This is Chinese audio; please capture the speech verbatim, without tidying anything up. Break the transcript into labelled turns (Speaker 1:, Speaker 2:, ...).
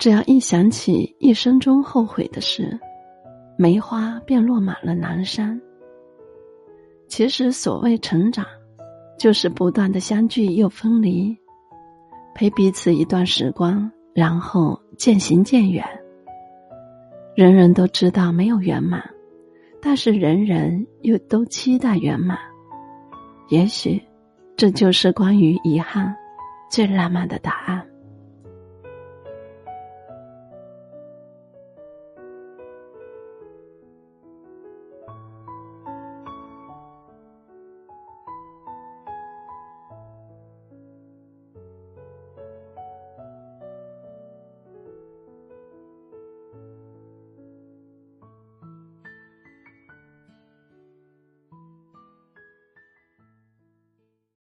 Speaker 1: 只要一想起一生中后悔的事，梅花便落满了南山。其实所谓成长，就是不断的相聚又分离，陪彼此一段时光，然后渐行渐远。人人都知道没有圆满，但是人人又都期待圆满。也许这就是关于遗憾最浪漫的答案。